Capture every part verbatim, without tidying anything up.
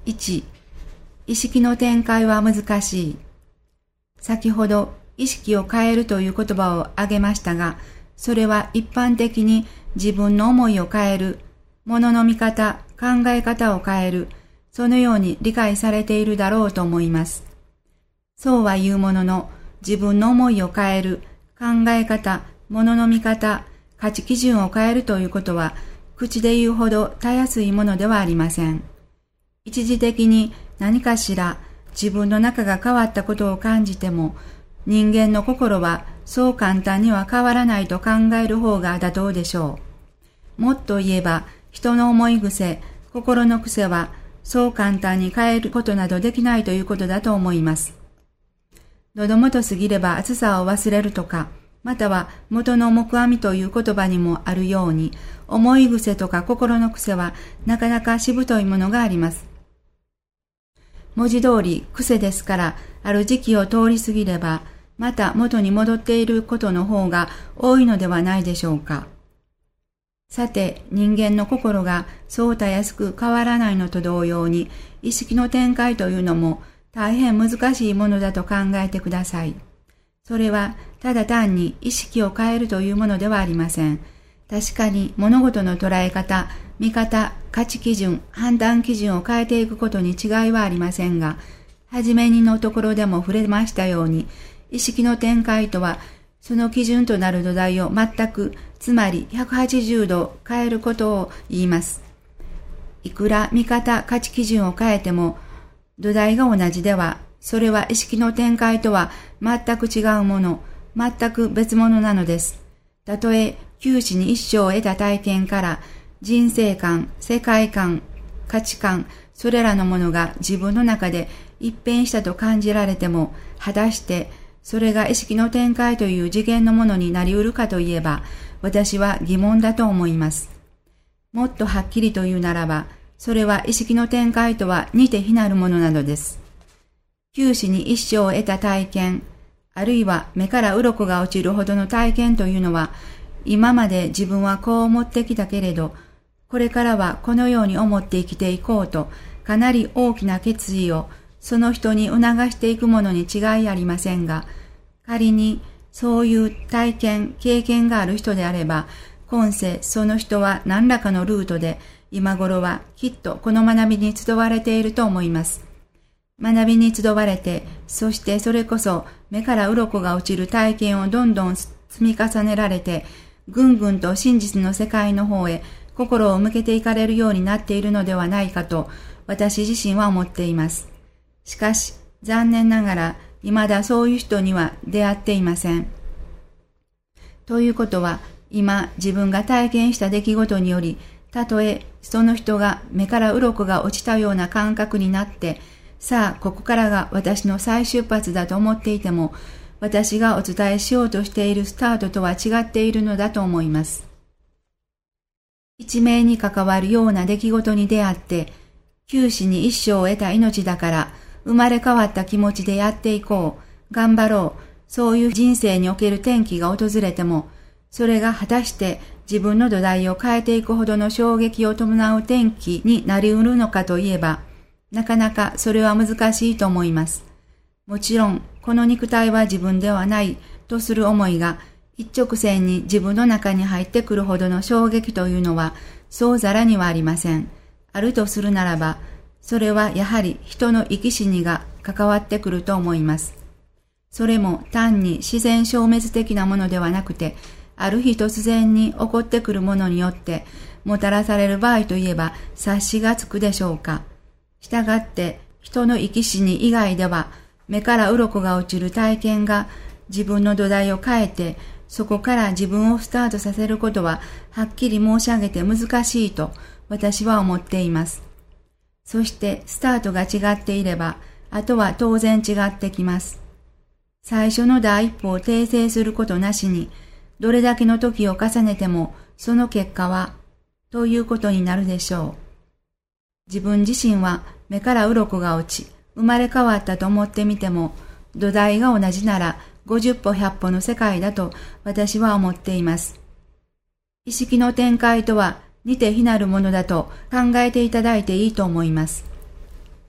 いち、意識の展開は難しい。先ほど意識を変えるという言葉を挙げましたが、それは一般的に自分の思いを変える、物の見方、考え方を変える、そのように理解されているだろうと思います。そうは言うものの、自分の思いを変える、考え方、物の見方、価値基準を変えるということは、口で言うほどたやすいものではありません。一時的に何かしら自分の中が変わったことを感じても、人間の心はそう簡単には変わらないと考える方が妥当でしょう。もっと言えば、人の思い癖、心の癖はそう簡単に変えることなどできないということだと思います。喉元過ぎれば暑さを忘れるとか、または元の木阿弥という言葉にもあるように、思い癖とか心の癖はなかなかしぶといものがあります。文字通り癖ですから、ある時期を通り過ぎれば、また元に戻っていることの方が多いのではないでしょうか。さて、人間の心がそうたやすく変わらないのと同様に、意識の展開というのも大変難しいものだと考えてください。それはただ単に意識を変えるというものではありません。確かに物事の捉え方、見方、価値基準、判断基準を変えていくことに違いはありませんが、はじめにのところでも触れましたように、意識の展開とは、その基準となる土台を全く、つまりひゃくはちじゅうど変えることを言います。いくら見方、価値基準を変えても、土台が同じでは、それは意識の展開とは全く違うもの、全く別物なのです。たとえ、九死に一生を得た体験から、人生観、世界観、価値観、それらのものが自分の中で一変したと感じられても、果たして、それが意識の展開という次元のものになり得るかといえば、私は疑問だと思います。もっとはっきりと言うならば、それは意識の展開とは似て非なるものなのです。九死に一生を得た体験、あるいは目から鱗が落ちるほどの体験というのは、今まで自分はこう思ってきたけれど、これからはこのように思って生きていこうと、かなり大きな決意をその人に促していくものに違いありませんが、仮にそういう体験、経験がある人であれば、今世その人は何らかのルートで、今頃はきっとこの学びに集われていると思います。学びに集われて、そしてそれこそ目から鱗が落ちる体験をどんどん積み重ねられて、ぐんぐんと真実の世界の方へ心を向けていかれるようになっているのではないかと、私自身は思っています。しかし、残念ながら、未だそういう人には出会っていません。ということは、今自分が体験した出来事により、たとえその人が目から鱗が落ちたような感覚になって、さあここからが私の再出発だと思っていても、私がお伝えしようとしているスタートとは違っているのだと思います。一命に関わるような出来事に出会って、九死に一生を得た命だから、生まれ変わった気持ちでやっていこう、頑張ろう、そういう人生における転機が訪れても、それが果たして自分の土台を変えていくほどの衝撃を伴う転機になり得るのかといえば、なかなかそれは難しいと思います。もちろん、この肉体は自分ではないとする思いが一直線に自分の中に入ってくるほどの衝撃というのは、そうざらにはありません。あるとするならば、それはやはり人の生き死にが関わってくると思います。それも単に自然消滅的なものではなくて、ある日突然に起こってくるものによってもたらされる場合といえば察しがつくでしょうか。したがって人の生き死に以外では目から鱗が落ちる体験が自分の土台を変えて、そこから自分をスタートさせることははっきり申し上げて難しいと私は思っています。そしてスタートが違っていれば、あとは当然違ってきます。最初の第一歩を訂正することなしに、どれだけの時を重ねても、その結果は、ということになるでしょう。自分自身は目から鱗が落ち、生まれ変わったと思ってみても、土台が同じならごじゅっぽひゃっぽの世界だと私は思っています。意識の展開とは似て非なるものだと考えていただいていいと思います。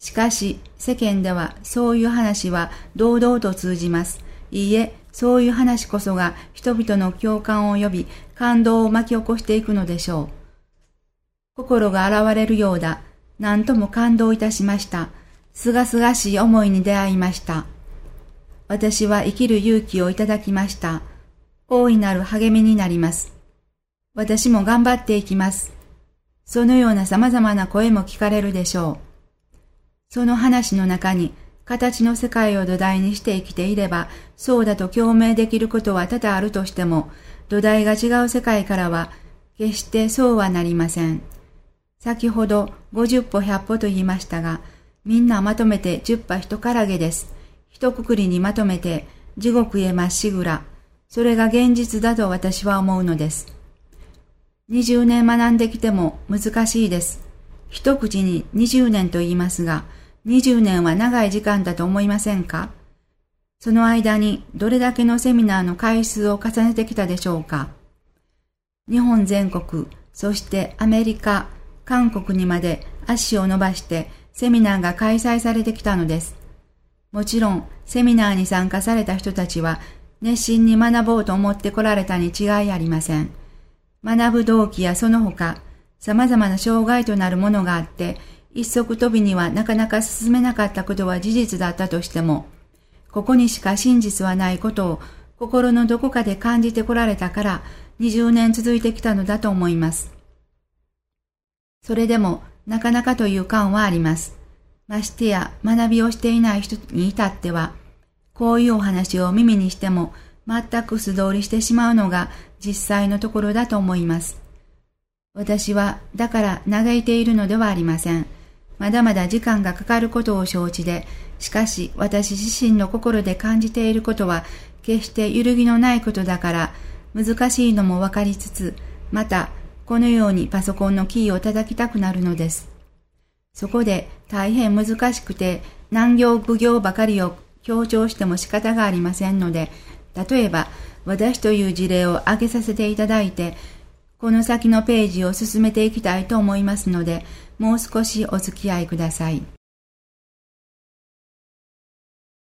しかし世間ではそういう話は堂々と通じます。いいえ、そういう話こそが人々の共感を呼び、感動を巻き起こしていくのでしょう。心が現れるようだ。何とも感動いたしました。すがすがしい思いに出会いました。私は生きる勇気をいただきました。大いなる励みになります。私も頑張っていきます。そのような様々な声も聞かれるでしょう。その話の中に、形の世界を土台にして生きていれば、そうだと共鳴できることは多々あるとしても、土台が違う世界からは、決してそうはなりません。先ほどごじゅっぽひゃっぽと言いましたが、みんなまとめてじゅっぱ一からげです。一括りにまとめて、地獄へまっしぐら。それが現実だと私は思うのです。にじゅうねん学んできても難しいです。一口ににじゅうねんと言いますが、にじゅうねんは長い時間だと思いませんか？その間にどれだけのセミナーの回数を重ねてきたでしょうか？日本全国、そしてアメリカ、韓国にまで足を伸ばしてセミナーが開催されてきたのです。もちろん、セミナーに参加された人たちは熱心に学ぼうと思って来られたに違いありません。学ぶ動機やその他、様々な障害となるものがあって、一足飛びにはなかなか進めなかったことは事実だったとしても、ここにしか真実はないことを心のどこかで感じてこられたからにじゅうねん続いてきたのだと思います。それでもなかなかという感はあります。ましてや学びをしていない人に至っては、こういうお話を耳にしても全く素通りしてしまうのが実際のところだと思います。私はだから嘆いているのではありません。まだまだ時間がかかることを承知で、しかし私自身の心で感じていることは決して揺るぎのないことだから、難しいのもわかりつつ、またこのようにパソコンのキーを叩きたくなるのです。そこで大変難しくて難行苦行ばかりを強調しても仕方がありませんので、例えば私という事例を挙げさせていただいて、この先のページを進めていきたいと思いますので、もう少しお付き合いください。